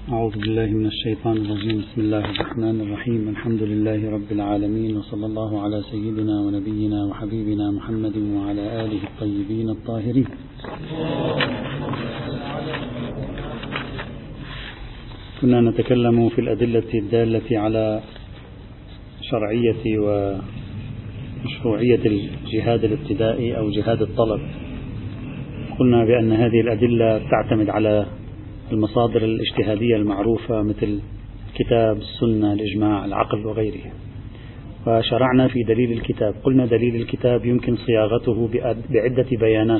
أعوذ بالله من الشيطان الرجيم. بسم الله الرحمن الرحيم. الحمد لله رب العالمين، وصلى الله على سيدنا ونبينا وحبيبنا محمد وعلى آله الطيبين الطاهرين. كنا نتكلم في الأدلة الدالة على شرعية ومشروعية الجهاد الابتدائي أو جهاد الطلب. قلنا بأن هذه الأدلة تعتمد على المصادر الاجتهادية المعروفة مثل الكتاب، السنة، الإجماع، العقل وغيره. وشرعنا في دليل الكتاب. قلنا دليل الكتاب يمكن صياغته بعدة بيانات.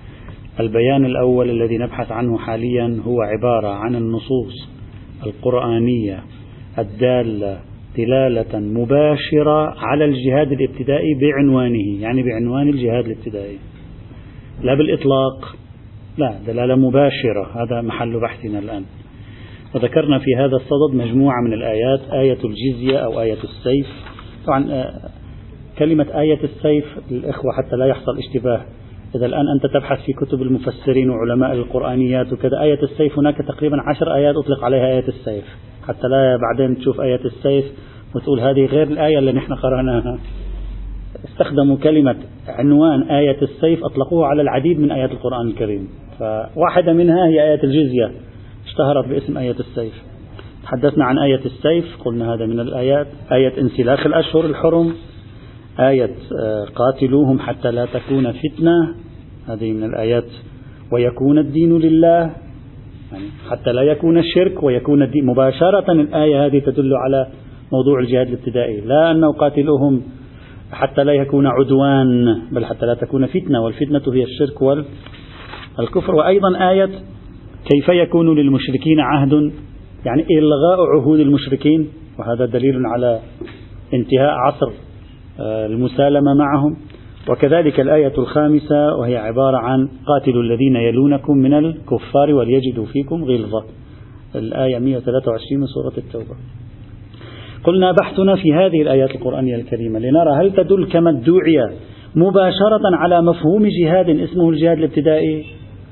البيان الأول الذي نبحث عنه حاليا هو عبارة عن النصوص القرآنية الدالة دلالة مباشرة على الجهاد الابتدائي بعنوانه، يعني بعنوان الجهاد الابتدائي، لا بالإطلاق، لا، دلالة مباشرة. هذا محل بحثنا الآن. وذكرنا في هذا الصدد مجموعة من الآيات: آية الجزية أو آية السيف. طبعا كلمة آية السيف للإخوة حتى لا يحصل اشتباه، إذا الآن أنت تبحث في كتب المفسرين وعلماء القرآنيات وكذا، آية السيف هناك تقريبا 10 آيات أطلق عليها آية السيف، حتى لا بعدين تشوف آية السيف وتقول هذه غير الآية اللي نحن قرأناها. استخدموا كلمة عنوان آية السيف أطلقوها على العديد من آيات القرآن الكريم، فواحدة منها هي آية الجزية، اشتهرت باسم آية السيف. تحدثنا عن آية السيف، قلنا هذا من الآيات. آية انسلاخ الأشهر الحرم، آية قاتلوهم حتى لا تكون فتنة، هذه من الآيات. ويكون الدين لله، يعني حتى لا يكون الشرك ويكون الدين. مباشرة الآية هذه تدل على موضوع الجهاد الابتدائي، لا أنه قاتلوهم حتى لا يكون عدوان، بل حتى لا تكون فتنة، والفتنة هي الشرك والكفر. وأيضا آية كيف يكون للمشركين عهد، يعني إلغاء عهود المشركين، وهذا دليل على انتهاء عصر المسالمة معهم. وكذلك الآية الخامسة وهي عبارة عن قاتلوا الذين يلونكم من الكفار وليجدوا فيكم غلظة، الآية 123 من سورة التوبة. قلنا بحثنا في هذه الآيات القرآنية الكريمة لنرى هل تدل كما ادعي مباشرة على مفهوم جهاد اسمه الجهاد الابتدائي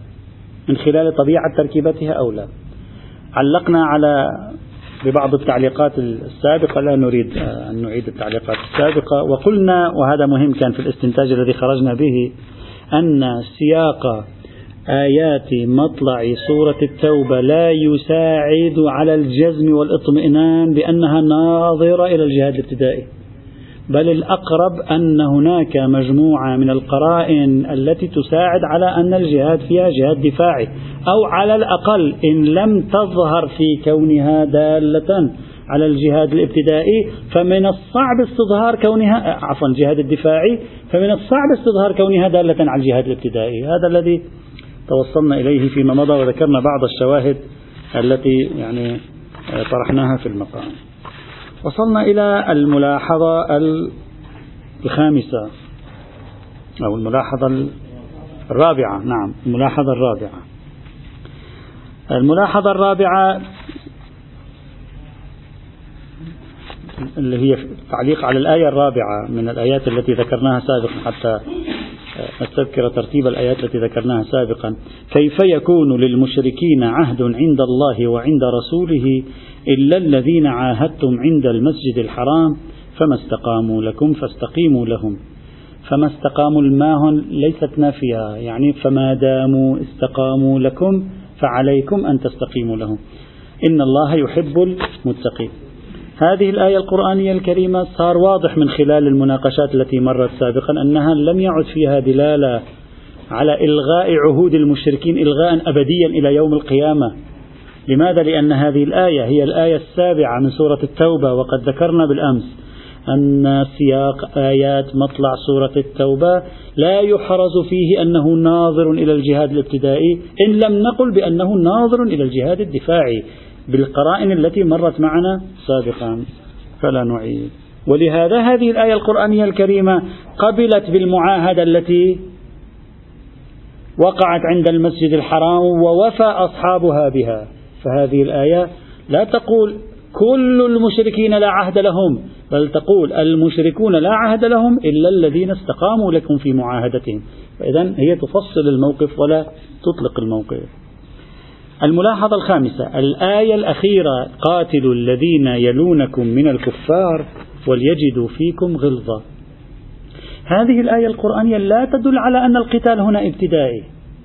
من خلال طبيعة تركيبتها أو لا. علقنا على ببعض التعليقات السابقة، لا نريد أن نعيد التعليقات السابقة. وقلنا، وهذا مهم كان في الاستنتاج الذي خرجنا به، أن سياق آيات مطلع سورة التوبة لا يساعد على الجزم والاطمئنان بأنها ناظرة إلى الجهاد الابتدائي، بل الأقرب أن هناك مجموعة من القرائن التي تساعد على أن الجهاد فيها جهاد دفاعي، أو على الأقل إن لم تظهر في كونها دالة على الجهاد الابتدائي فمن الصعب استصهار كونها الجهاد الدفاعي، فمن الصعب استصهار كونها دالة على الجهاد الابتدائي. هذا الذي توصلنا إليه فيما مضى، وذكرنا بعض الشواهد التي يعني طرحناها في المقام. وصلنا إلى الملاحظة الخامسة أو الملاحظة الرابعة. نعم، الملاحظة الرابعة. الملاحظة الرابعة اللي هي تعليق على الآية الرابعة من الآيات التي ذكرناها سابقا، حتى نستذكر ترتيب الآيات التي ذكرناها سابقا. كيف يكون للمشركين عهد عند الله وعند رسوله إلا الذين عاهدتم عند المسجد الحرام فما استقاموا لكم فاستقيموا لهم. فما استقاموا الماهن ليست نافية، يعني فما داموا استقاموا لكم فعليكم أن تستقيموا لهم، إن الله يحب المتقين. هذه الآية القرآنية الكريمة صار واضح من خلال المناقشات التي مرت سابقا أنها لم يعد فيها دلالة على إلغاء عهود المشركين إلغاء أبديا إلى يوم القيامة. لماذا؟ لأن هذه الآية هي الآية السابعة من سورة التوبة، وقد ذكرنا بالأمس أن سياق آيات مطلع سورة التوبة لا يحرز فيه أنه ناظر إلى الجهاد الابتدائي، إن لم نقل بأنه ناظر إلى الجهاد الدفاعي بالقرائن التي مرت معنا سابقا، فلا نعيد. ولهذا هذه الآية القرآنية الكريمة قبلت بالمعاهدة التي وقعت عند المسجد الحرام ووفى أصحابها بها. فهذه الآية لا تقول كل المشركين لا عهد لهم، بل تقول المشركون لا عهد لهم إلا الذين استقاموا لكم في معاهدتهم. فإذن هي تفصل الموقف ولا تطلق الموقف. الملاحظة الخامسة: الآية الأخيرة قاتلوا الذين يلونكم من الكفار وليجدوا فيكم غلظة. هذه الآية القرآنية لا تدل على أن القتال هنا ابتدائي،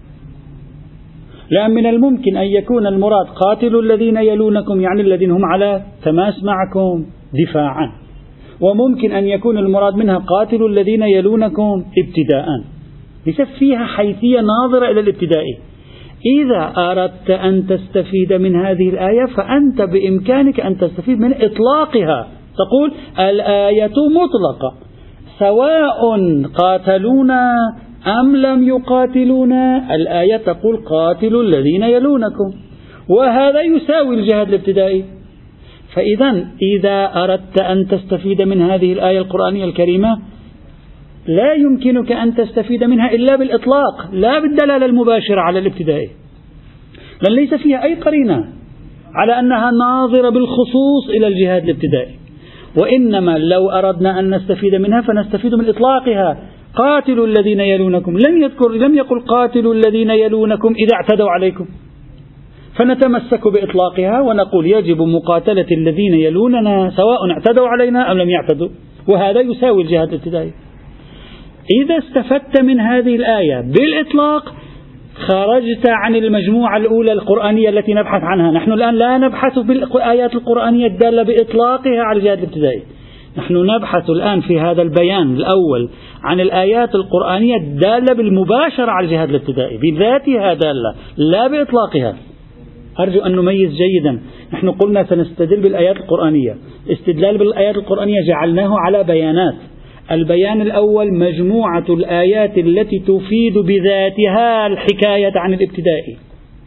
لأن من الممكن أن يكون المراد قاتلوا الذين يلونكم يعني الذين هم على تماس معكم دفاعا، وممكن أن يكون المراد منها قاتلوا الذين يلونكم ابتداء، ليس فيها حيثية ناظرة إلى الابتدائي. إذا أردت أن تستفيد من هذه الآية فأنت بإمكانك أن تستفيد من إطلاقها، تقول الآية مطلقة سواء قاتلونا أم لم يقاتلونا، الآية تقول قاتلوا الذين يلونكم، وهذا يساوي الجهاد الابتدائي. فإذا إذا أردت أن تستفيد من هذه الآية القرآنية الكريمة لا يمكنك أن تستفيد منها إلا بالإطلاق، لا بالدلالة المباشرة على الابتدائي، لأن ليس فيها أي قرينة على أنها ناظرة بالخصوص إلى الجهاد الابتدائي. وإنما لو أردنا أن نستفيد منها فنستفيد من إطلاقها، قاتلوا الذين يلونكم، لم يقل قاتلوا الذين يلونكم إذا اعتدوا عليكم، فنتمسك بإطلاقها ونقول يجب مقاتلة الذين يلوننا سواء اعتدوا علينا أم لم يعتدوا، وهذا يساوي الجهاد الابتدائي. إذا استفدت من هذه الآية بالإطلاق خرجت عن المجموعة الأولى القرآنية التي نبحث عنها. نحن الآن لا نبحث بالآيات القرآنية الدالة بإطلاقها على الجهاد الابتدائي، نحن نبحث الآن في هذا البيان الأول عن الآيات القرآنية الدالة بالمباشرة على الجهاد الابتدائي بذاتها دالة لا بإطلاقها. أرجو أن نميز جيدا، نحن قلنا سنستدل بالآيات القرآنية، استدلال بالآيات القرآنية جعلناه على بيانات. البيان الأول مجموعة الآيات التي تفيد بذاتها الحكاية عن الابتدائي.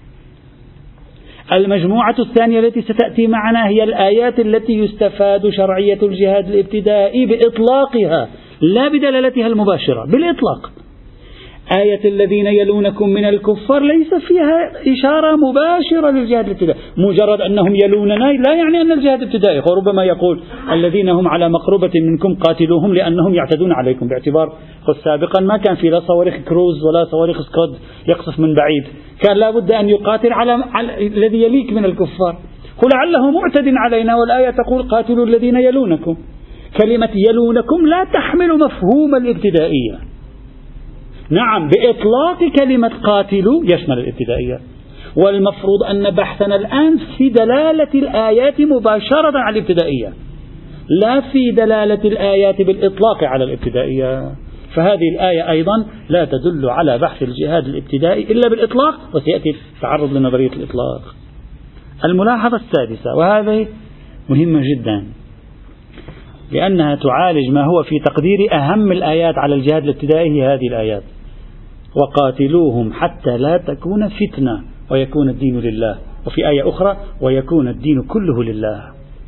المجموعة الثانية التي ستأتي معنا هي الآيات التي يستفاد شرعية الجهاد الابتدائي بإطلاقها لا بدلالتها المباشرة، بالإطلاق. آية الذين يلونكم من الكفار ليس فيها إشارة مباشرة للجهاد الابتدائي، مجرد أنهم يلوننا لا يعني أن الجهاد ابتدائي، وربما يقول الذين هم على مقربة منكم قاتلوهم لأنهم يعتدون عليكم، باعتبار سابقا ما كان في لا صواريخ كروز ولا صواريخ سكود يقصف من بعيد، كان لابد أن يقاتل على الذي يليك من الكفار، ولعله معتد علينا، والآية تقول قاتلوا الذين يلونكم. كلمة يلونكم لا تحمل مفهوم الابتدائية. نعم بإطلاق كلمة قاتلوا يشمل الابتدائية، والمفروض أن بحثنا الآن في دلالة الآيات مباشرة على الابتدائية لا في دلالة الآيات بالإطلاق على الابتدائية. فهذه الآية أيضا لا تدل على بحث الجهاد الابتدائي إلا بالإطلاق، وسيأتي التعرض لنظرية الإطلاق. الملاحظة السادسة، وهذه مهمة جدا لأنها تعالج ما هو في تقدير أهم الآيات على الجهاد الابتدائي، هي هذه الآيات: وقاتلوهم حتى لا تكون فتنة ويكون الدين لله، وفي آية أخرى ويكون الدين كله لله.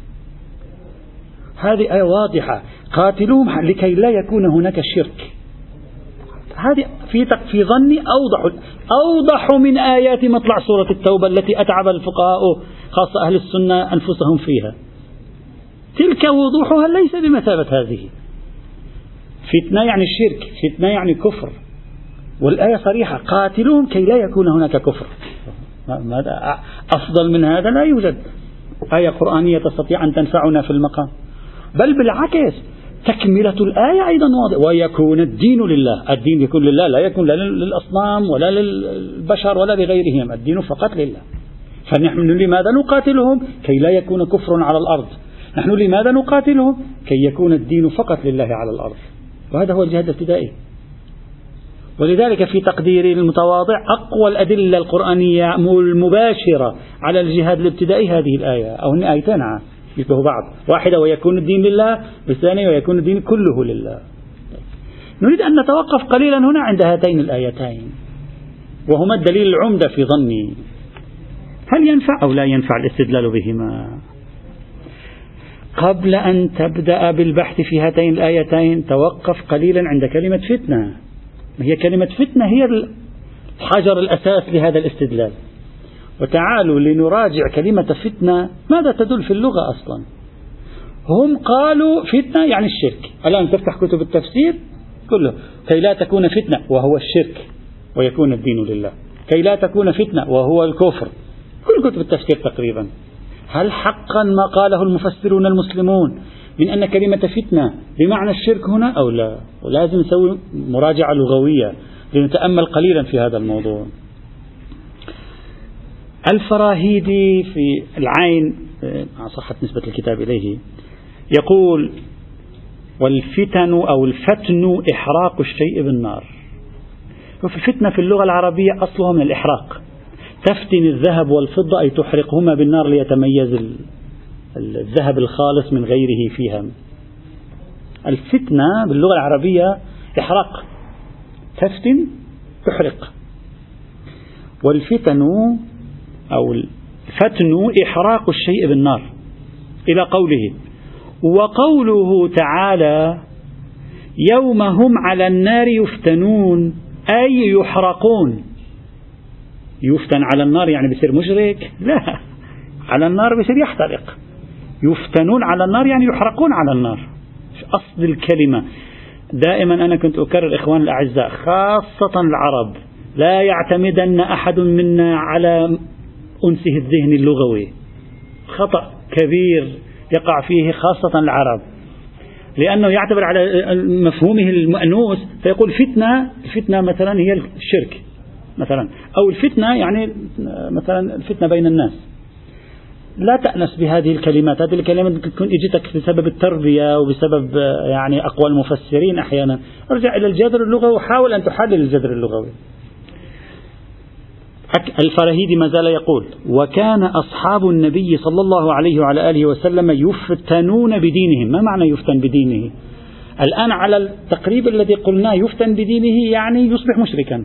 هذه آية واضحة، قاتلوهم لكي لا يكون هناك شرك. هذه في ظني أوضح من آيات مطلع سورة التوبة التي أتعب الفقهاء خاصة أهل السنة أنفسهم فيها. تلك وضوحها ليس بمثابة هذه. فتنة يعني الشرك، فتنة يعني كفر، والآية صريحة: قاتلوهم كي لا يكون هناك كفر. ماذا أفضل من هذا؟ لا يوجد آية قرآنية تستطيع أن تنفعنا في المقام، بل بالعكس تكملة الآية أيضا واضح: ويكون الدين لله. الدين يكون لله، لا يكون لا للأصنام ولا للبشر ولا لغيرهم، الدين فقط لله. فنحن لماذا نقاتلهم؟ كي لا يكون كفر على الأرض. نحن لماذا نقاتلهم؟ كي يكون الدين فقط لله على الأرض، وهذا هو الجهاد الابتدائي. ولذلك في تقديري المتواضع أقوى الأدلة القرآنية المباشرة على الجهاد الابتدائي هذه الآية، أو هن آيتين يشبه بعض، واحدة ويكون الدين لله، والثانية ويكون الدين كله لله. نريد أن نتوقف قليلا هنا عند هاتين الآيتين، وهما الدليل العمدة في ظني. هل ينفع أو لا ينفع الاستدلال بهما؟ قبل أن تبدأ بالبحث في هاتين الآيتين توقف قليلا عند كلمة فتنة. هي كلمة فتنة هي الحجر الأساس لهذا الاستدلال. وتعالوا لنراجع كلمة فتنة ماذا تدل في اللغة أصلا. هم قالوا فتنة يعني الشرك. الآن تفتح كتب التفسير كله: كي لا تكون فتنة وهو الشرك ويكون الدين لله، كي لا تكون فتنة وهو الكفر كل كتب التفسير تقريبا. هل حقا ما قاله المفسرون المسلمون من أن كلمة فتنة بمعنى الشرك هنا أو لا؟ ولازم نسوي مراجعة لغوية لنتأمل قليلا في هذا الموضوع. الفراهيدي في العين صحت نسبة الكتاب إليه يقول: والفتن أو الفتن إحراق الشيء بالنار. وفي الفتنة في اللغة العربية أصلها من الإحراق، تفتن الذهب والفضة أي تحرقهما بالنار ليتميز الذهب الخالص من غيره فيها. الفتنة باللغة العربية إحراق، تفتن تحرق. والفتن أو الفتن إحراق الشيء بالنار إلى قوله: وقوله تعالى: يوم هم على النار يفتنون أي يحرقون. يفتن على النار يعني بيصير مشرك؟ لا، على النار بيصير يحترق. يفتنون على النار يعني يحرقون على النار. أصل الكلمة دائما أنا كنت أكرر إخوان الأعزاء خاصة العرب، لا يعتمدن أحد منا على أنسه الذهني اللغوي، خطأ كبير يقع فيه خاصة العرب، لأنه يعتبر على مفهومه المأنوس فيقول الفتنة مثلا هي الشرك مثلا، أو الفتنة يعني مثلا الفتنة بين الناس. لا تأنس بهذه الكلمات، هذه الكلمات تكون اجتك بسبب التربية وبسبب يعني أقوال المفسرين أحيانا. ارجع إلى الجذر اللغوي وحاول أن تحلل الجذر اللغوي. الفراهيدي ما زال يقول: وكان أصحاب النبي صلى الله عليه وعلى آله وسلم يفتنون بدينهم. ما معنى يفتن بدينه؟ الآن على التقريب الذي قلناه يفتن بدينه يعني يصبح مشركا،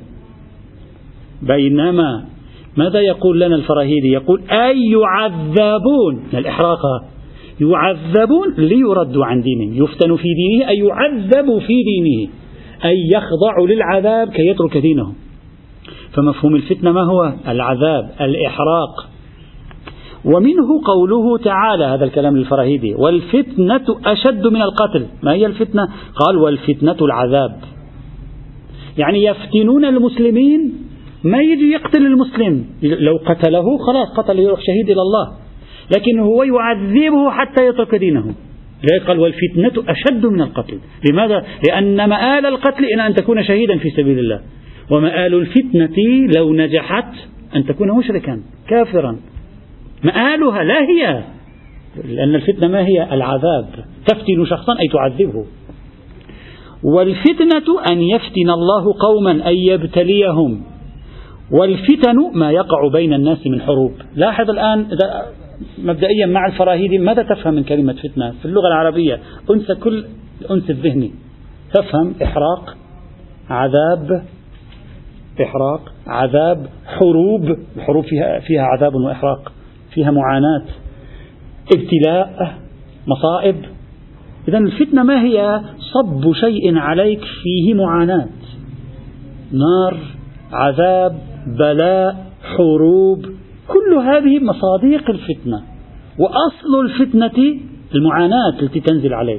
بينما ماذا يقول لنا الفراهيدي؟ يقول: أي يعذبون من الإحراق، يعذبون ليردوا عن دينهم. يفتن في دينه أي يعذب في دينه، أي يخضع للعذاب كي يترك دينه. فمفهوم الفتنة ما هو؟ العذاب، الإحراق. ومنه قوله تعالى، هذا الكلام للفراهيدي: والفتنة أشد من القتل. ما هي الفتنة؟ قال: والفتنة العذاب. يعني يفتنون المسلمين، ما يجي يقتل المسلم، لو قتله خلاص قتل يروح شهيد إلى الله، لكن هو يعذبه حتى يترك دينه. لذلك قال: والفتنة أشد من القتل. لماذا؟ لأن مآل القتل إلى أن تكون شهيدا في سبيل الله، ومآل الفتنة لو نجحت أن تكون مشركا كافرا. مآلها لا هي، لأن الفتنة ما هي؟ العذاب، تفتن شخصا أي تعذبه. والفتنة أن يفتن الله قوما أي يبتليهم. والفتن ما يقع بين الناس من حروب. لاحظ الآن مبدئيا مع الفراهيدي ماذا تفهم من كلمة فتنة في اللغة العربية؟ أنس كل أنس الذهني، تفهم إحراق، عذاب، إحراق، عذاب، حروب. الحروب فيها عذاب وإحراق، فيها معاناة، ابتلاء، مصائب. إذن الفتنة ما هي؟ صب شيء عليك فيه معاناة، نار، عذاب، بلاء، حروب، كل هذه مصاديق الفتنة، وأصل الفتنة المعاناة التي تنزل عليك.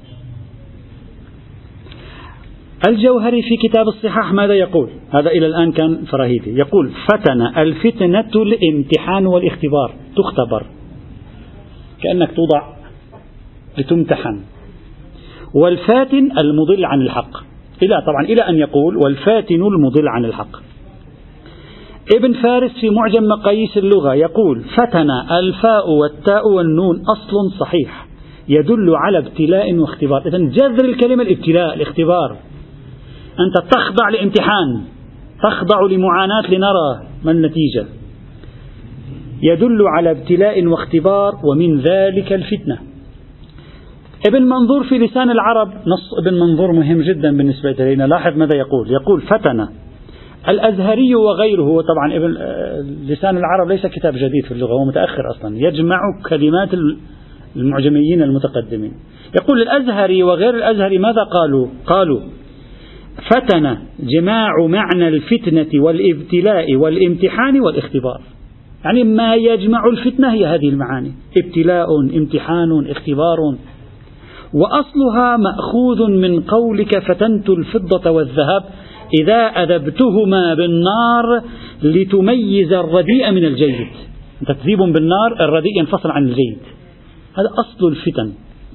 الجوهري في كتاب الصحاح ماذا يقول؟ هذا إلى الآن كان فراهيدي يقول: فتن الفتنة الامتحان والاختبار، تختبر كأنك توضع لتمتحن. والفاتن المضل عن الحق، إلى أن يقول: والفاتن المضل عن الحق. ابن فارس في معجم مقاييس اللغة يقول: فتن الفاء والتاء والنون أصل صحيح يدل على ابتلاء واختبار. إذن جذر الكلمة الابتلاء، الاختبار. أنت تخضع لامتحان، تخضع لمعاناة لنرى ما النتيجة. يدل على ابتلاء واختبار، ومن ذلك الفتنة. ابن منظور في لسان العرب، نص ابن منظور مهم جدا بالنسبة لنا. لاحظ ماذا يقول: يقول: فتن. الأزهري وغيره، وطبعا ابن لسان العرب ليس كتاب جديد في اللغة، هو متأخر أصلا، يجمع كلمات المعجميين المتقدمين. يقول: الأزهري وغير الأزهري ماذا قالوا: فتن جماع معنى الفتنة والابتلاء والامتحان والاختبار. يعني ما يجمع الفتنة هي هذه المعاني: ابتلاء، امتحان، اختبار. وأصلها مأخوذ من قولك: فتنت الفضة والذهب إذا أذبتهما بالنار لتميز الرديء من الجيد. تكذيب بالنار، الرديء ينفصل عن الجيد. هذا أصل الفتن.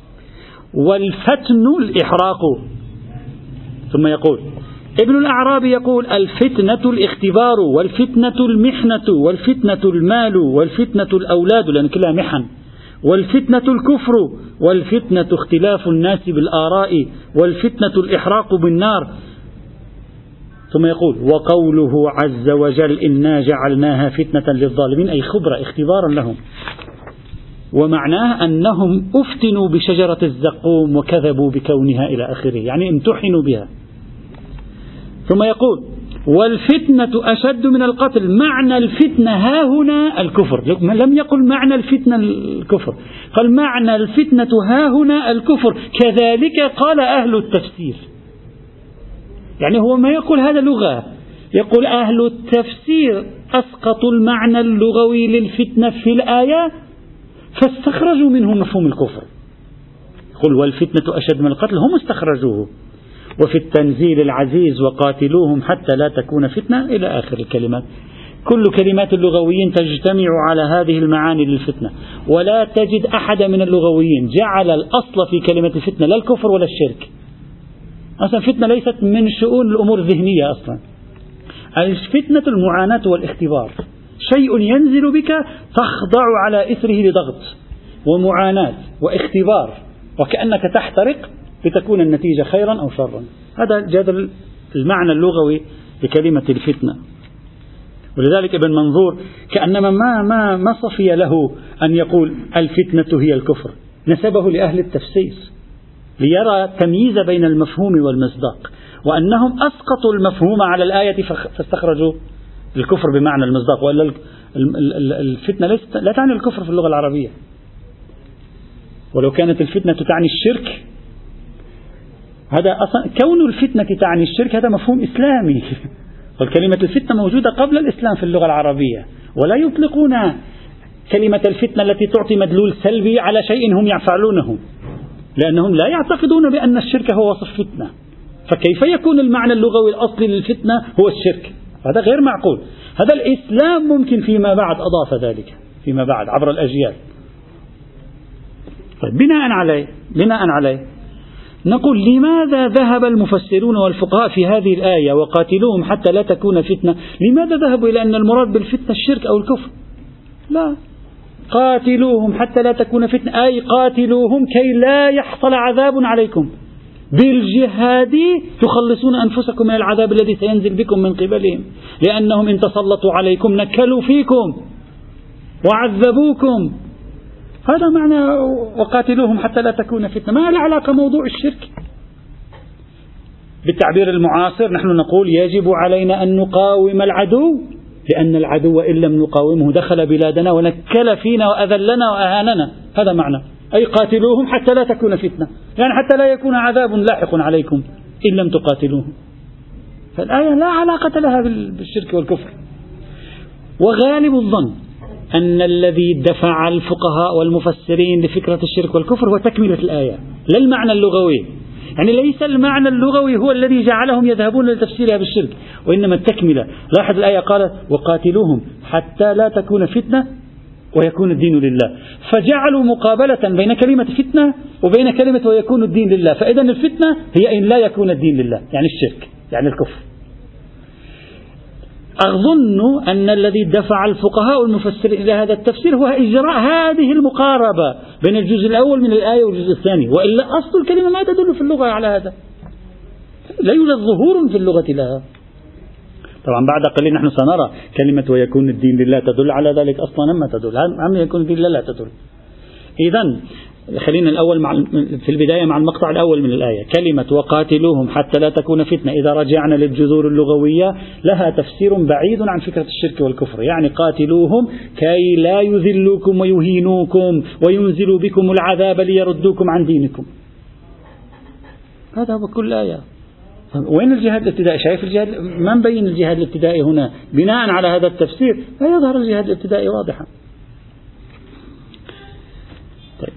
والفتن الإحراق. ثم يقول ابن الأعرابي يقول الفتنة الاختبار، والفتنة المحنة، والفتنة المال، والفتنة الأولاد، لأن كلها محن، والفتنة الكفر، والفتنة اختلاف الناس بالآراء، والفتنة الإحراق بالنار. ثم يقول وقوله عز وجل إنا جعلناها فتنة للظالمين، أي خبرة اختبارا لهم، ومعناه أنهم أفتنوا بشجرة الزقوم وكذبوا بكونها إلى آخره، يعني امتحنوا بها. ثم يقول والفتنة أشد من القتل، معنى الفتنة ها هنا الكفر، لم يقل معنى الفتنة الكفر، قال معنى الفتنة ها هنا الكفر، كذلك قال أهل التفسير. يعني هو ما يقول هذا لغة، يقول أهل التفسير أسقطوا المعنى اللغوي للفتنة في الآية فاستخرجوا منه مفهوم الكفر. قل والفتنة أشد من القتل، هم استخرجوه. وفي التنزيل العزيز وقاتلوهم حتى لا تكون فتنة إلى آخر الكلمات. كل كلمات اللغويين تجتمع على هذه المعاني للفتنة، ولا تجد أحد من اللغويين جعل الأصل في كلمة الفتنة لا الكفر ولا الشرك. أصلا الفتنة ليست من شؤون الأمور الذهنية، أصلا الفتنة المعاناة والاختبار، شيء ينزل بك تخضع على إثره لضغط ومعاناة واختبار، وكأنك تحترق لتكون النتيجة خيرا أو شرا. هذا جذر المعنى اللغوي لكلمة الفتنة. ولذلك ابن منظور كأنما ما صفي له أن يقول الفتنة هي الكفر، نسبه لأهل التفسير ليرى تمييز بين المفهوم والمصداق، وأنهم أسقطوا المفهوم على الآية فاستخرجوا الكفر بمعنى المصداق. وإلا الفتنة لا تعني الكفر في اللغة العربية، ولو كانت الفتنة تعني الشرك، هذا أصلا كون الفتنة تعني الشرك هذا مفهوم إسلامي. والكلمة الفتنة موجودة قبل الإسلام في اللغة العربية، ولا يطلقون كلمة الفتنة التي تعطي مدلول سلبي على شيء هم يفعلونه، لأنهم لا يعتقدون بأن الشرك هو وصف فتنة. فكيف يكون المعنى اللغوي الأصلي للفتنة هو الشرك؟ هذا غير معقول. هذا الإسلام ممكن فيما بعد أضاف ذلك فيما بعد عبر الأجيال. بناء عليه نقول لماذا ذهب المفسرون والفقهاء في هذه الآية وقاتلوهم حتى لا تكون فتنة؟ لماذا ذهبوا إلى أن المراد بالفتنة الشرك أو الكفر؟ لا، قاتلوهم حتى لا تكون فتنة، أي قاتلوهم كي لا يحصل عذاب عليكم، بالجهاد تخلصون أنفسكم من العذاب الذي سينزل بكم من قبلهم، لأنهم إن تسلطوا عليكم نكلوا فيكم وعذبوكم. هذا معنى وقاتلوهم حتى لا تكون فتنة. ما له علاقة موضوع الشرك. بالتعبير المعاصر نحن نقول يجب علينا أن نقاوم العدو، لأن العدو إن لم نقاومه دخل بلادنا ونكل فينا وأذلنا وأهاننا. هذا معنى أي قاتلوهم حتى لا تكون فتنة، يعني حتى لا يكون عذاب لاحق عليكم إن لم تقاتلوهم. فالآية لا علاقة لها بالشرك والكفر. وغالب الظن أن الذي دفع الفقهاء والمفسرين لفكرة الشرك والكفر هو تكملة الآية لا المعنى اللغوي. يعني ليس المعنى اللغوي هو الذي جعلهم يذهبون لتفسيرها بالشرك، وإنما التكملة. لاحظ الآية قالت وقاتلوهم حتى لا تكون فتنة ويكون الدين لله، فجعلوا مقابلة بين كلمة فتنة وبين كلمة ويكون الدين لله. فإذا الفتنة هي إن لا يكون الدين لله، يعني الشرك يعني الكفر. أظن أن الذي دفع الفقهاء والمفسرين إلى هذا التفسير هو إجراء هذه المقاربة بين الجزء الأول من الآية والجزء الثاني، وإلا أصل الكلمة ما تدل في اللغة على هذا، لا يوجد ظهور في اللغة لها. طبعا بعد قليل نحن سنرى كلمة ويكون الدين لله تدل على ذلك أصلا ما تدل، عم يكون الدين لله لا تدل. إذن خلينا الأول في البداية مع المقطع الأول من الآية، كلمة وقاتلوهم حتى لا تكون فتنة إذا رجعنا للجذور اللغوية لها تفسير بعيد عن فكرة الشرك والكفر. يعني قاتلوهم كي لا يذلوكم ويهينوكم وينزلوا بكم العذاب ليردوكم عن دينكم. هذا هو كل آية. وين الجهاد الابتدائي؟ شايف الجهاد؟ ما نبين الجهاد الابتدائي هنا بناء على هذا التفسير لا يظهر الجهاد الابتدائي واضحا. طيب.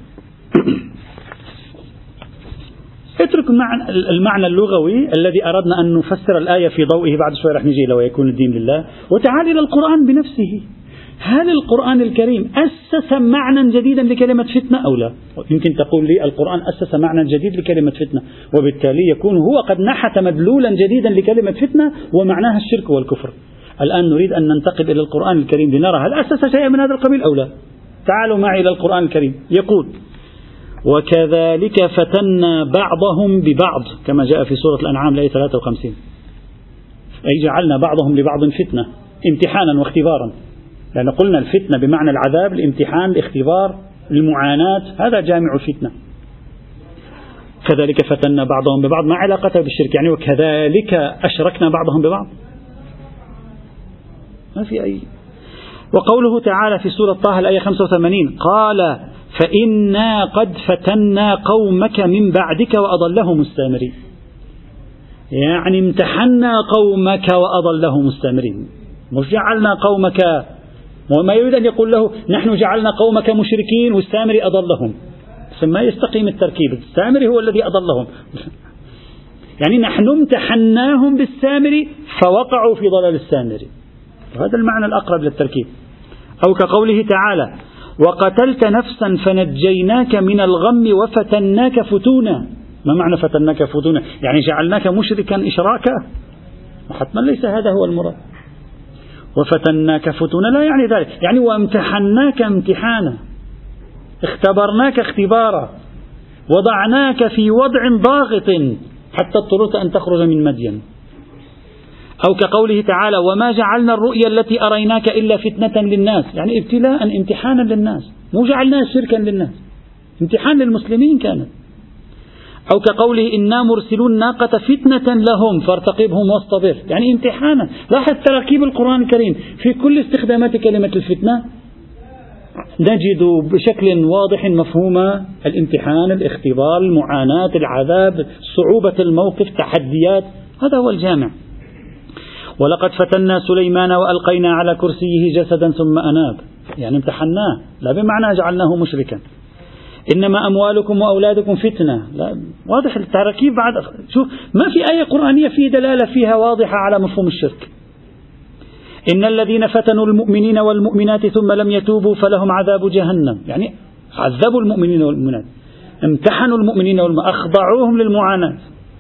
اترك المعنى اللغوي الذي أردنا أن نفسر الآية في ضوئه، بعد شوي رح نجي لو يكون الدين لله، وتعال إلى القرآن بنفسه. هل القرآن الكريم أسس معنى جديدا لكلمة فتنة أو لا؟ يمكن تقول لي القرآن أسس معنى جديد لكلمة فتنة، وبالتالي يكون هو قد نحت مدلولا جديدا لكلمة فتنة ومعناها الشرك والكفر. الآن نريد أن ننتقل إلى القرآن الكريم لنرى هل أسس شيئا من هذا القبيل أو لا. تعالوا معي إلى القرآن الكريم، يقول: وكذلك فتنا بعضهم ببعض، كما جاء في سورة الأنعام الآية 53، أي جعلنا بعضهم لبعض فتنة، امتحانا واختبارا، لأن قلنا الفتنة بمعنى العذاب، الامتحان، الاختبار، المعاناة، هذا جامع الفتنة. كذلك فتنا بعضهم ببعض، ما علاقته بالشرك؟ يعني وكذلك أشركنا بعضهم ببعض، ما في أي. وقوله تعالى في سورة طه الآية 85: قال فإنا قد فتنا قومك من بعدك وأضلهم السامرين، يعني امتحنا قومك وأضلهم السامرين، مش جعلنا قومك، وما يريد أن يقول له نحن جعلنا قومك مشركين والسامري أضلهم، ما يستقيم التركيب، السامري هو الذي أضلهم يعني نحن امتحناهم بالسامري فوقعوا في ضلال السامري، وهذا المعنى الأقرب للتركيب. أو كقوله تعالى: وقتلت نفسا فنجيناك من الغم وفتناك فتونا. ما معنى فتناك فتونا؟ يعني جعلناك مشركا إشراكا، وحتما ليس هذا هو المراد. وفتناك فتونا لا يعني ذلك، يعني وامتحناك امتحانا، اختبرناك اختبارا، وضعناك في وضع ضاغط حتى اضطررت أن تخرج من مدين. أو كقوله تعالى: وما جعلنا الرؤيا التي أريناك إلا فتنة للناس، يعني ابتلاء، امتحانا للناس، مو جعلناها شركا للناس، امتحان للمسلمين كانت. أو كقوله: إنا مرسلون ناقة فتنة لهم فارتقبهم واصطبر، يعني امتحانا. لاحظ تركيب القرآن الكريم في كل استخدامات كلمة الفتنة نجد بشكل واضح مفهوم الامتحان، الاختبار، المعاناة، العذاب، صعوبة الموقف، تحديات، هذا هو الجامع. ولقد فتنا سليمان وألقينا على كرسيه جسدا ثم أناب، يعني امتحناه، لا بمعنى جعلناه مشركا. إنما أموالكم وأولادكم فتنة، لا، واضح التركيب. بعد شوف، ما في آية قرآنية في دلالة فيها واضحة على مفهوم الشرك. إن الذين فتنوا المؤمنين والمؤمنات ثم لم يتوبوا فلهم عذاب جهنم، يعني عذبوا المؤمنين والمؤمنات، امتحنوا المؤمنين والمؤمنات، أخضعوهم للمعاناة.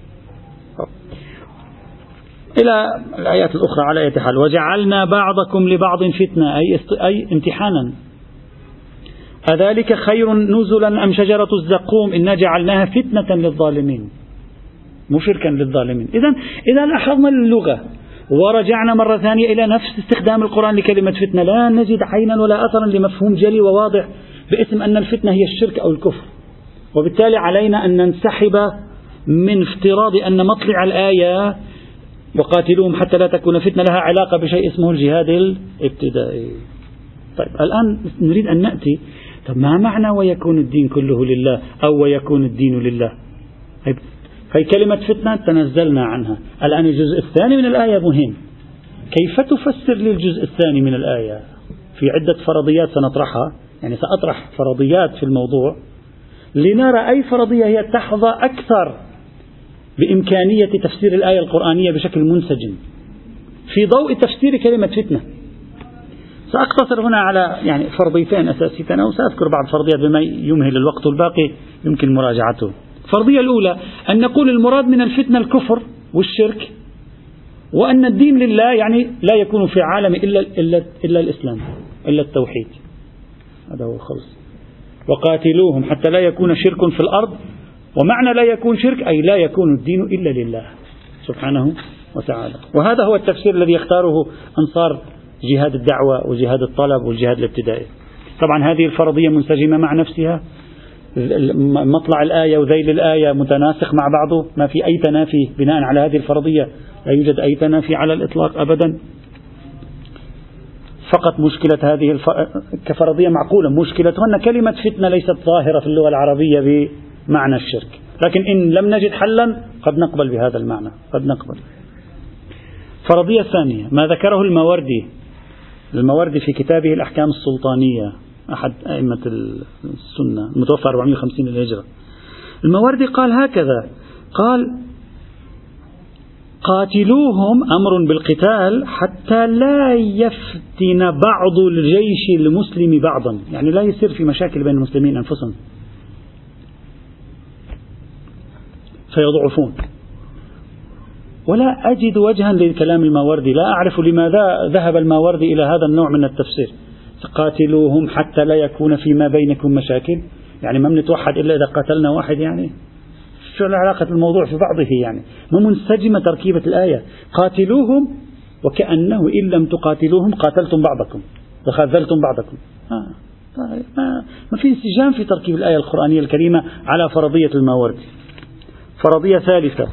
إلى الآيات الأخرى على أي حال. وجعلنا بعضكم لبعض فتنة، أي امتحانا. أذلك خير نزلا أم شجرة الزقوم إنا جعلناها فتنة للظالمين، مشركا للظالمين. إذا لاحظنا اللغة ورجعنا مرة ثانية إلى نفس استخدام القرآن لكلمة فتنة، لا نجد عينا ولا أثرا لمفهوم جلي وواضح باسم أن الفتنة هي الشرك أو الكفر. وبالتالي علينا أن ننسحب من افتراض أن مطلع الآية وقاتلوهم حتى لا تكون فتنة لها علاقة بشيء اسمه الجهاد الابتدائي. طيب الآن نريد أن نأتي، طب ما معنى ويكون الدين كله لله أو ويكون الدين لله؟ هي كلمة فتنة تنزلنا عنها. الآن الجزء الثاني من الآية مهم، كيف تفسر لي الجزء الثاني من الآية؟ في عدة فرضيات سنطرحها، يعني سأطرح فرضيات في الموضوع لنرى أي فرضية هي تحظى أكثر بإمكانية تفسير الآية القرآنية بشكل منسجم في ضوء تفسير كلمة فتنة. سأقتصر هنا على يعني فرضيتين أساسيتين، وسأذكر بعض فرضيات بما يمهل الوقت الباقي يمكن مراجعته. الفرضية الأولى أن نقول المراد من الفتنة الكفر والشرك، وأن الدين لله يعني لا يكون في عالم إلا الإسلام، إلا التوحيد، هذا هو الخلص. وقاتلوهم حتى لا يكون شرك في الأرض، ومعنى لا يكون شرك أي لا يكون الدين إلا لله سبحانه وتعالى. وهذا هو التفسير الذي يختاره أنصار جهاد الدعوة وجهاد الطلب والجهاد الابتدائي. طبعا هذه الفرضية منسجمة مع نفسها، مطلع الآية وذيل الآية متناسق مع بعضه، ما في أي تنافي بناء على هذه الفرضية، لا يوجد أي تنافي على الإطلاق أبدا. فقط مشكلة هذه كفرضية معقولة، مشكلتها أن كلمة فتنة ليست ظاهرة في اللغة العربية بمعنى الشرك، لكن إن لم نجد حلا قد نقبل بهذا المعنى، قد نقبل. فرضية ثانية ما ذكره الموردي في كتابه الأحكام السلطانية، أحد أئمة السنة المتوفى 450 للهجرة. الموردي قال هكذا، قال قاتلوهم أمر بالقتال حتى لا يفتن بعض الجيش المسلم بعضا، يعني لا يصير في مشاكل بين المسلمين أنفسهم فيضعفون. ولا أجد وجها لكلام الماوردي، لا أعرف لماذا ذهب الماوردي إلى هذا النوع من التفسير. قاتلوهم حتى لا يكون فيما بينكم مشاكل، يعني ما بنتوحد إلا إذا قتلنا واحد، يعني شو علاقة الموضوع في بعضه؟ يعني ما منسجمة تركيبة الآية. قاتلوهم وكأنه إن لم تقاتلوهم قاتلتم بعضكم وخذلتم بعضكم. ما في انسجام في تركيب الآية القرآنية الكريمة على فرضية الماوردي. فرضية ثالثة،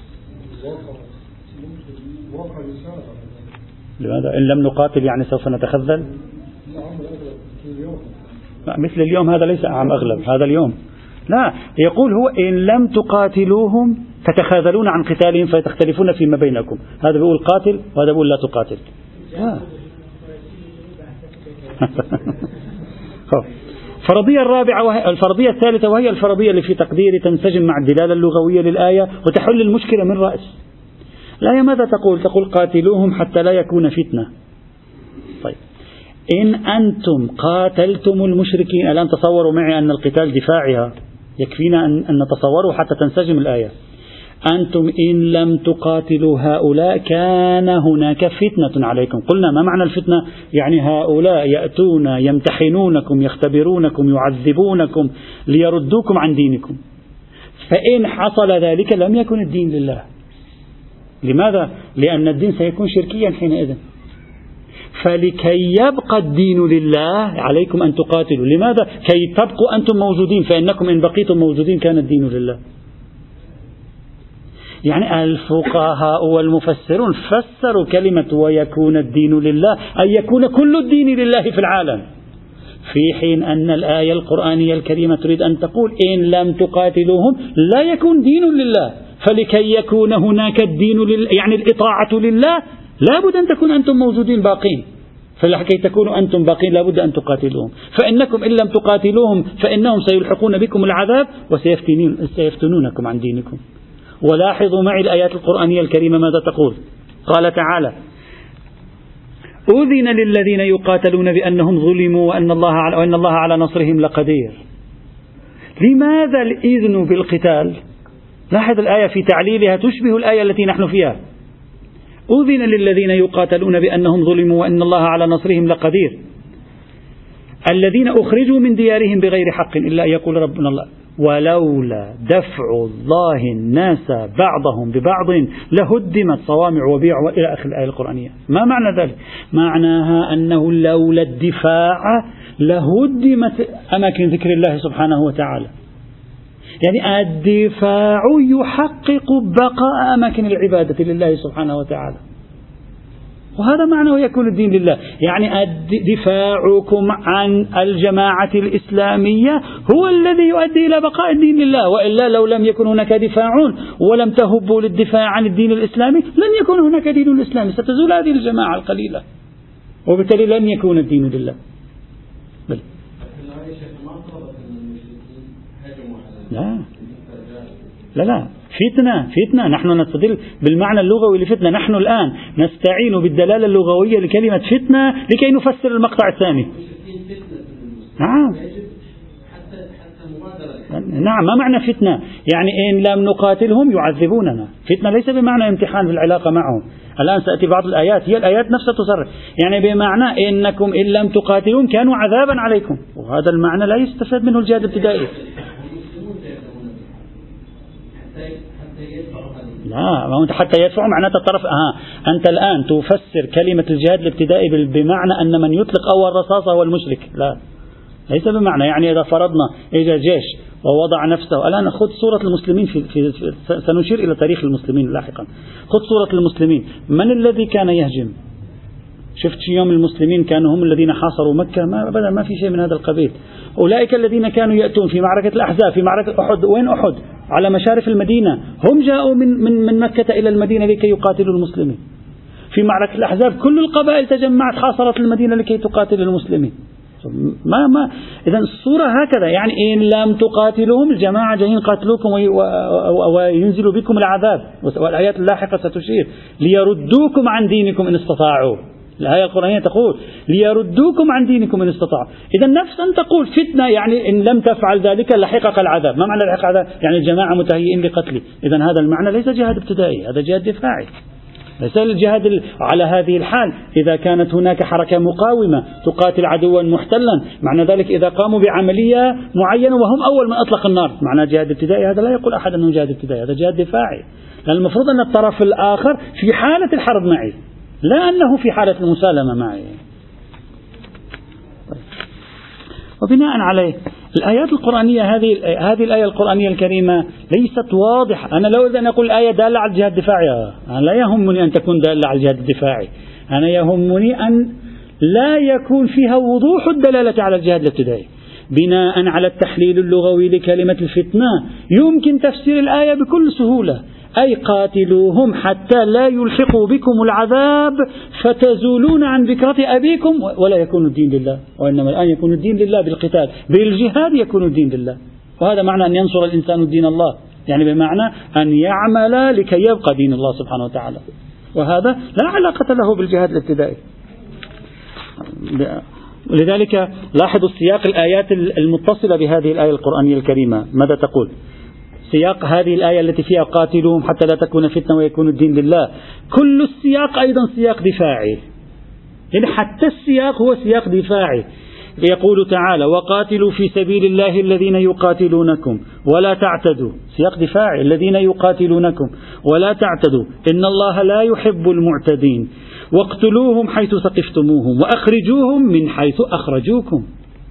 لماذا إن لم نقاتل يعني سوف نتخذل؟ مثل اليوم، هذا ليس أعم أغلب، هذا اليوم لا، يقول هو إن لم تقاتلوهم تتخاذلون عن قتالهم فتختلفون فيما بينكم. هذا بيقول قاتل وهذا بيقول لا تقاتل. الفرضية الرابعة الفرضية الثالثة، وهي الفرضية اللي في تقديري تنسجم مع الدلالة اللغوية للآية وتحل المشكلة من رأس. الآية ماذا تقول؟ تقول قاتلوهم حتى لا يكون فتنة. طيب، إن أنتم قاتلتم المشركين، الآن تصوروا معي أن القتال دفاعها، يكفينا أن نتصوره حتى تنسجم الآية. أنتم إن لم تقاتلوا هؤلاء كان هناك فتنة عليكم. قلنا ما معنى الفتنة؟ يعني هؤلاء يأتون يمتحنونكم يختبرونكم يعذبونكم ليردوكم عن دينكم، فإن حصل ذلك لم يكن الدين لله. لماذا؟ لأن الدين سيكون شركيا حينئذ، فلكي يبقى الدين لله عليكم أن تقاتلوا. لماذا؟ كي تبقوا أنتم موجودين، فإنكم إن بقيتم موجودين كان الدين لله. يعني الفقهاء والمفسرون فسروا كلمة ويكون الدين لله أن يكون كل الدين لله في العالم، في حين أن الآية القرآنية الكريمة تريد أن تقول إن لم تقاتلوهم لا يكون دين لله، فلكي يكون هناك الدين لله يعني الإطاعة لله لا بد أن تكون أنتم موجودين باقين، فلكي تكونوا أنتم باقين لا بد أن تقاتلوهم، فإنكم إن لم تقاتلوهم فإنهم سيلحقون بكم العذاب وسيفتنونكم عن دينكم. ولاحظوا معي الآيات القرآنية الكريمة ماذا تقول. قال تعالى أذن للذين يقاتلون بأنهم ظلموا وأن الله على نصرهم لقدير. لماذا الإذن بالقتال؟ لاحظ الآية في تعليلها تشبه الآية التي نحن فيها. أذن للذين يقاتلون بأنهم ظلموا وأن الله على نصرهم لقدير، الذين أخرجوا من ديارهم بغير حق إلا أن يقول ربنا الله ولولا دفع الله الناس بعضهم ببعض لهدمت صوامع وبيع وإلى آخر الآية القرآنية. ما معنى ذلك؟ معناها أنه لولا الدفاع لهدمت أماكن ذكر الله سبحانه وتعالى. يعني الدفاع يحقق بقاء أماكن العبادة لله سبحانه وتعالى، وهذا معناه يكون الدين لله. يعني دفاعكم عن الجماعة الإسلامية هو الذي يؤدي إلى بقاء الدين لله، وإلا لو لم يكن هناك دفاع ولم تهبوا للدفاع عن الدين الإسلامي لن يكون هناك دين الإسلامي، ستزول هذه الجماعة القليلة وبالتالي لن يكون الدين لله. بل. لا فتنة نحن نستدل بالمعنى اللغوي لفتنة. نحن الآن نستعين بالدلالة اللغوية لكلمة فتنة لكي نفسر المقطع الثاني. نعم ما معنى فتنة؟ يعني إن لم نقاتلهم يعذبوننا. فتنة ليس بمعنى امتحان في العلاقة معهم. الآن سأتي بعض الآيات، هي الآيات نفسها تصرح، يعني بمعنى إنكم إن لم تقاتلون كانوا عذابا عليكم، وهذا المعنى لا يستفاد منه الجهاد الابتدائي. لا، ما حتى يدفعوا معناته الطرف. أنت الآن تفسر كلمة الجهاد الابتدائي بمعنى أن من يطلق أول رصاصة هو المشرك. لا، ليس بمعنى يعني إذا فرضنا إجا جيش ووضع نفسه. الآن خذ صورة المسلمين سنشير إلى تاريخ المسلمين لاحقا. خذ صورة المسلمين، من الذي كان يهجم؟ شفت يوم المسلمين كانوا هم الذين حاصروا مكة؟ ما في شيء من هذا القبيل. أولئك الذين كانوا يأتون في معركة الأحزاب، في معركة أحد. وين أحد؟ على مشارف المدينة، هم جاءوا من مكة إلى المدينة لكي يقاتلوا المسلمين. في معركة الأحزاب كل القبائل تجمعت حاصرت المدينة لكي تقاتل المسلمين. إذا الصورة هكذا، يعني إن لم تقاتلوهم الجماعة جايين قاتلوكم وينزلوا بكم العذاب، والآيات اللاحقة ستشير ليردوكم عن دينكم إن استطاعوا. الآية القرآنية تقول ليردوكم عن دينكم إن استطاعوا. إذا نفس أن تقول فتنة، يعني إن لم تفعل ذلك لحقك العذاب. ما معنى لحق العذاب؟ يعني الجماعة متهيئين لقتلي. إذا هذا المعنى ليس جهاد ابتدائي، هذا جهاد دفاعي، ليس الجهاد على هذه الحال. إذا كانت هناك حركة مقاومة تقاتل عدوا محتلا، معنى ذلك إذا قاموا بعملية معينة وهم أول من أطلق النار، معنى جهاد ابتدائي. هذا لا يقول أحد أنه جهاد ابتدائي، هذا جهاد دفاعي، لأن المفروض أن الطرف الآخر في حالة الحرب معي، لا أنه في حالة المسالمة معي. وبناء عليه الآيات القرآنية، هذه الآية القرآنية الكريمة ليست واضحة. أنا لو إذا أقول الآية دالة على الجهاد الدفاعي، أنا لا يهمني أن تكون دالة على الجهاد الدفاعي، أنا يهمني أن لا يكون فيها وضوح الدلالة على الجهاد الابتدائي. بناء على التحليل اللغوي لكلمة الفتنة يمكن تفسير الآية بكل سهولة، أي قاتلوهم حتى لا يلحقوا بكم العذاب فتزولون عن ذكرة أبيكم ولا يكون الدين لله، وإنما الآن يكون الدين لله بالقتال، بالجهاد يكون الدين لله. وهذا معنى أن ينصر الإنسان دين الله، يعني بمعنى أن يعمل لكي يبقى دين الله سبحانه وتعالى، وهذا لا علاقة له بالجهاد الابتدائي. ولذلك لاحظوا سياق الآيات المتصلة بهذه الآية القرآنية الكريمة ماذا تقول. سياق هذه الآية التي فيها قاتلوهم حتى لا تكون فتنة ويكون الدين لله، كل السياق أيضا سياق دفاعي، يعني حتى السياق هو سياق دفاعي. يقول تعالى وقاتلوا في سبيل الله الذين يقاتلونكم ولا تعتدوا، سياق دفاعي، الذين يقاتلونكم ولا تعتدوا إن الله لا يحب المعتدين، واقتلوهم حيث ثقفتموهم وأخرجوهم من حيث أخرجوكم.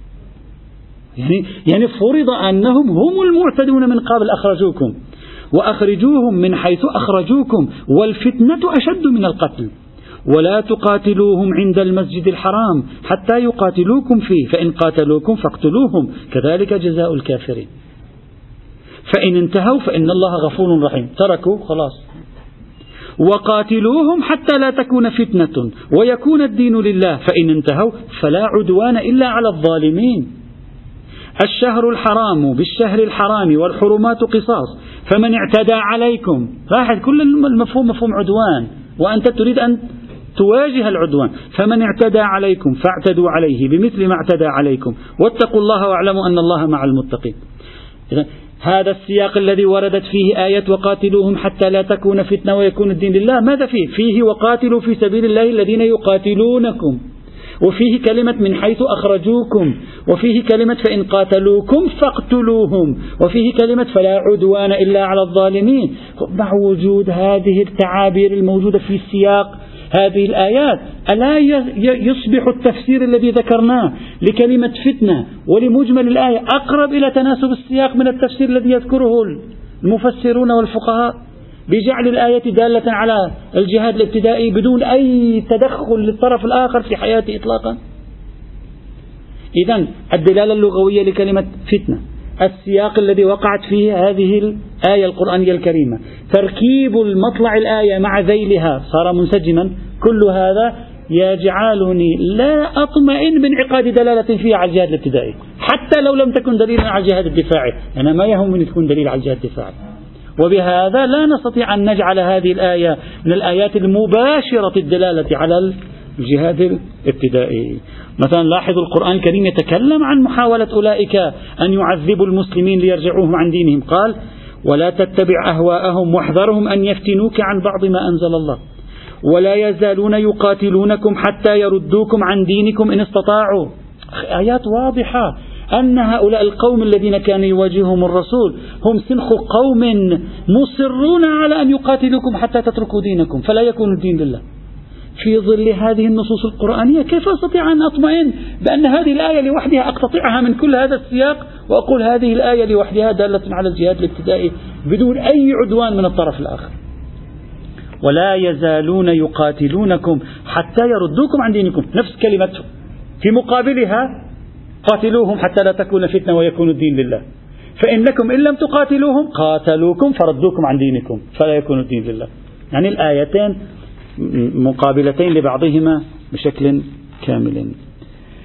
يعني فرض أنهم هم المعتدون من قبل أخرجوكم، وأخرجوهم من حيث أخرجوكم، والفتنة أشد من القتل، ولا تقاتلوهم عند المسجد الحرام حتى يقاتلوكم فيه، فإن قاتلوكم فاقتلوهم كذلك جزاء الكافرين، فإن انتهوا فإن الله غفور رحيم. تركوا خلاص. وقاتلوهم حتى لا تكون فتنة ويكون الدين لله، فإن انتهوا فلا عدوان إلا على الظالمين. الشهر الحرام بالشهر الحرام والحرمات قصاص، فمن اعتدى عليكم، لاحظ كل المفهوم مفهوم عدوان، وأنت تريد أن تواجه العدوان، فمن اعتدى عليكم فاعتدوا عليه بمثل ما اعتدى عليكم واتقوا الله واعلموا أن الله مع المتقين. هذا السياق الذي وردت فيه آية وقاتلوهم حتى لا تكون فتنة ويكون الدين لله، ماذا فيه؟ فيه وقاتلوا في سبيل الله الذين يقاتلونكم، وفيه كلمة من حيث أخرجوكم، وفيه كلمة فإن قاتلوكم فاقتلوهم، وفيه كلمة فلا عدوان إلا على الظالمين. مع وجود هذه التعابير الموجودة في سياق هذه الآيات، ألا يصبح التفسير الذي ذكرناه لكلمة فتنة ولمجمل الآية أقرب إلى تناسب السياق من التفسير الذي يذكره المفسرون والفقهاء بجعل الآية دالة على الجهاد الابتدائي بدون أي تدخل للطرف الآخر في حياته إطلاقا؟ إذن الدلالة اللغوية لكلمة فتنة، السياق الذي وقعت فيه هذه الآية القرآنية الكريمة، تركيب المطلع الآية مع ذيلها صار منسجما، كل هذا يجعلني لا أطمئن بانعقاد دلالة فيها على الجهاد الابتدائي حتى لو لم تكن دليلا على الجهاد الدفاعي. أنا ما يهمني تكون دليل على الجهاد الدفاعي، وبهذا لا نستطيع أن نجعل هذه الآية من الآيات المباشرة الدلالة على الجهاد الابتدائي. مثلا لاحظوا القرآن الكريم يتكلم عن محاولة أولئك أن يعذبوا المسلمين ليرجعوهم عن دينهم، قال ولا تتبع أهواءهم واحذرهم أن يفتنوك عن بعض ما أنزل الله ولا يزالون يقاتلونكم حتى يردوكم عن دينكم إن استطاعوا. آيات واضحة أن هؤلاء القوم الذين كان يواجههم الرسول هم سنخ قوم مصرون على أن يقاتلوكم حتى تتركوا دينكم فلا يكون الدين لله. في ظل هذه النصوص القرآنية كيف أستطيع أن أطمئن بأن هذه الآية لوحدها أقتطعها من كل هذا السياق وأقول هذه الآية لوحدها دالة على الجهاد الابتدائي بدون أي عدوان من الطرف الآخر؟ ولا يزالون يقاتلونكم حتى يردوكم عن دينكم، نفس كلمته، في مقابلها قاتلوهم حتى لا تكون فتنة ويكون الدين لله، فإنكم إن لم تقاتلوهم قاتلوكم فردوكم عن دينكم فلا يكون الدين لله. يعني الآيتين مقابلتين لبعضهما بشكل كامل.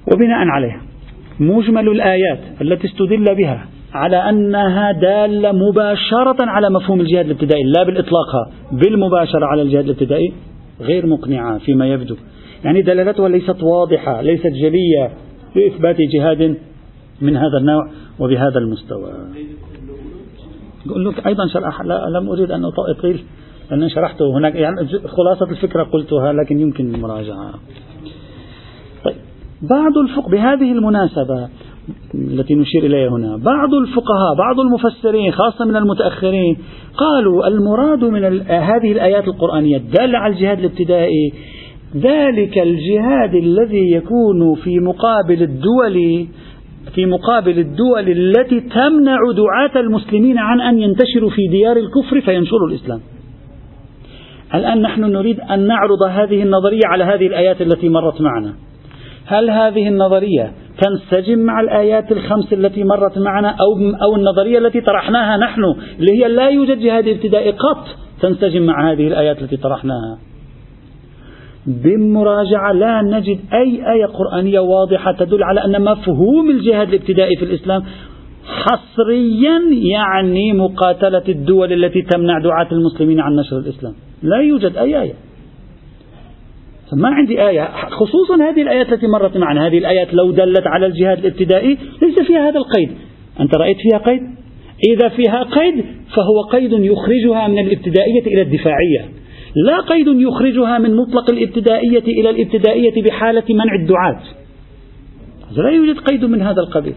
وبناء عليها مجمل الآيات التي استدل بها على أنها دالة مباشرة على مفهوم الجهاد الابتدائي لا بالإطلاق بالمباشرة على الجهاد الابتدائي غير مقنعة فيما يبدو، يعني دلالتها ليست واضحة ليست جلية لإثبات جهاد من هذا النوع وبهذا المستوى. أقول لك أيضا شرح، لم أريد أن أطيل لأن شرحته هناك، يعني خلاصة الفكرة قلتها لكن يمكن المراجعة. طيب بعض الفقهاء بهذه المناسبة التي نشير إليها هنا، بعض الفقهاء بعض المفسرين خاصة من المتأخرين قالوا المراد من هذه الآيات القرآنية الدالة على الجهاد الابتدائي ذلك الجهاد الذي يكون في مقابل الدول التي تمنع دعاة المسلمين عن أن ينتشروا في ديار الكفر فينشروا الإسلام. الآن نحن نريد أن نعرض هذه النظرية على هذه الآيات التي مرت معنا. هل هذه النظرية تنسجم مع الآيات الخمس التي مرت معنا أو النظرية التي طرحناها نحن اللي هي لا يوجد جهاد ابتدائي قط تنسجم مع هذه الآيات التي طرحناها؟ بمراجعة لا نجد أي آية قرآنية واضحة تدل على أن مفهوم الجهاد الابتدائي في الإسلام حصريا يعني مقاتلة الدول التي تمنع دعاة المسلمين عن نشر الإسلام. لا يوجد أي آية، ما عندي آية، خصوصا هذه الآيات التي مرت معنا. هذه الآيات لو دلت على الجهاد الابتدائي ليس فيها هذا القيد. أنت رأيت فيها قيد؟ إذا فيها قيد فهو قيد يخرجها من الابتدائية إلى الدفاعية، لا قيد يخرجها من مطلق الابتدائية إلى الابتدائية بحالة منع الدعاة. لا يوجد قيد من هذا القبيل.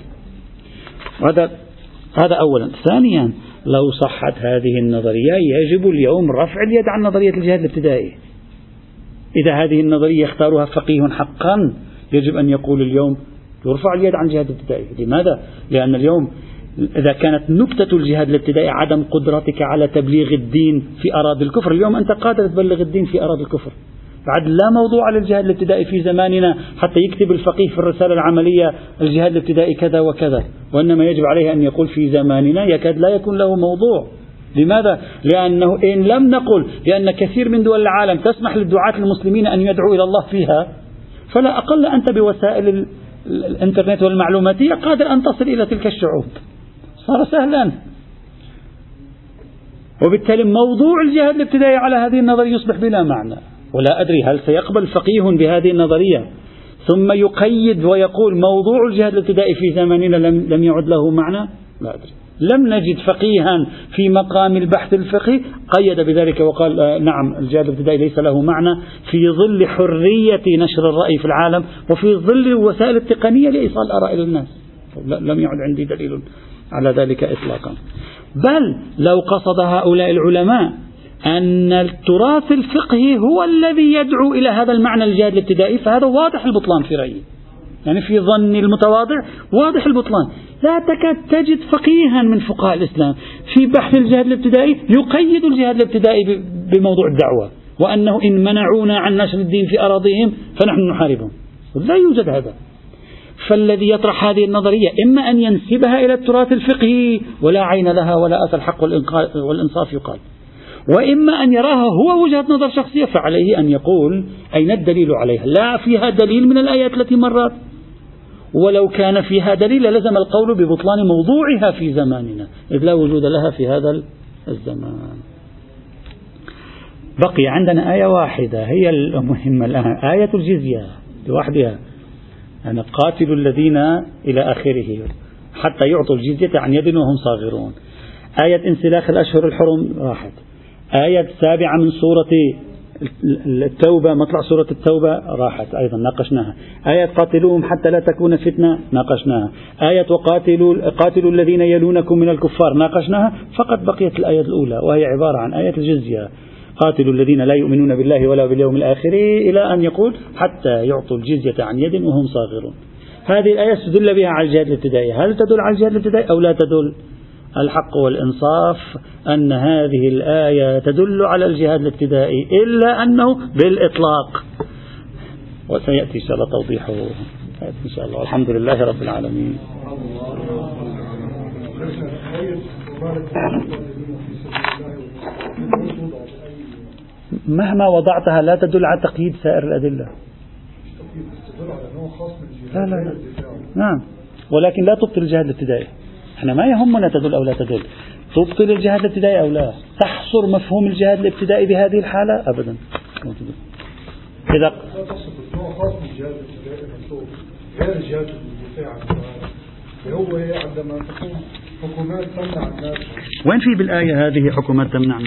هذا أولا. ثانيا لو صحت هذه النظرية يجب اليوم رفع اليد عن نظرية الجهاد الابتدائي. إذا هذه النظرية اختارها فقيه حقا يجب أن يقول اليوم يرفع اليد عن الجهاد الابتدائي. لماذا؟ لأن اليوم إذا كانت نكتة الجهاد الابتدائي عدم قدرتك على تبليغ الدين في أراضي الكفر، اليوم أنت قادر تبلغ الدين في أراضي الكفر. بعد لا موضوع للجهاد الابتدائي في زماننا حتى يكتب الفقيه في الرسالة العملية الجهاد الابتدائي كذا وكذا، وإنما يجب عليه أن يقول في زماننا يكاد لا يكون له موضوع. لماذا؟ لأنه إن لم نقل لأن كثير من دول العالم تسمح للدعاة المسلمين أن يدعوا إلى الله فيها، فلا أقل أنت بوسائل الإنترنت والمعلوماتية قادر أن تصل إلى تلك الشعوب، صار سهلا. وبالتالي موضوع الجهاد الابتدائي على هذه النظرية يصبح بلا معنى. ولا أدري هل سيقبل فقيه بهذه النظرية ثم يقيد ويقول موضوع الجهاد الابتدائي في زماننا لم يعد له معنى؟ لا أدري. لم نجد فقيها في مقام البحث الفقهي قيد بذلك وقال نعم الجهاد الابتدائي ليس له معنى في ظل حرية نشر الرأي في العالم وفي ظل الوسائل التقنية لإيصال الآراء إلى الناس. لم يعد عندي دليل على ذلك إطلاقا. بل لو قصد هؤلاء العلماء أن التراث الفقهي هو الذي يدعو إلى هذا المعنى الجهاد الابتدائي فهذا واضح البطلان في رأيي، يعني في ظن المتواضع واضح البطلان. لا تكاد تجد فقيها من فقهاء الإسلام في بحث الجهاد الابتدائي يقيد الجهاد الابتدائي بموضوع الدعوة وأنه إن منعونا عن نشر الدين في أراضيهم فنحن نحاربهم. لا يوجد هذا. فالذي يطرح هذه النظرية إما أن ينسبها إلى التراث الفقهي ولا عين لها ولا أتى الحق والإنصاف يقال، وإما أن يراها هو وجهة نظر شخصية فعليه أن يقول أين الدليل عليها؟ لا فيها دليل من الآيات التي مرت، ولو كان فيها دليل لزم القول ببطلان موضوعها في زماننا إذ لا وجود لها في هذا الزمان. بقي عندنا آية واحدة هي المهمة الآن، آية الجزية لوحدها. أنا قاتل الذين إلى آخره حتى يعطوا الجزية عن يد وهم صاغرون. آية انسلاخ الأشهر الحرم راحت. آية 7 من سورة التوبة مطلع سورة التوبة راحت أيضا ناقشناها. آية قاتلوهم حتى لا تكون فتنة ناقشناها. آية قاتلوا الذين يلونكم من الكفار ناقشناها. فقط بقيت الآية الأولى وهي عبارة عن آية الجزية، قاتلوا الذين لا يؤمنون بالله ولا باليوم الآخر إلى أن يقول حتى يعطوا الجزية عن يد وهم صاغرون. هذه الآية استدل بها على الجهاد الابتدائي. هل تدل على الجهاد الابتدائي أو لا تدل؟ الحق والإنصاف أن هذه الآية تدل على الجهاد الابتدائي إلا أنه بالإطلاق، وسيأتي إن شاء الله توضيحه إن شاء الله. الحمد لله رب العالمين. مهما وضعتها لا تدل على تقييد سائر الأدلة. لا لا لا. نعم، ولكن لا تبطل الجهاد الابتدائي. احنا ما يهمنا تدل أو لا تدل، تبطل الجهاد الابتدائي أو لا، تحصر مفهوم الجهاد الابتدائي بهذه الحالة أبدا. إذا غير الجهاد الدفاع هو عندما تكون حكومات تمنع الناس. وين في بالآية هذه حكومات تمنع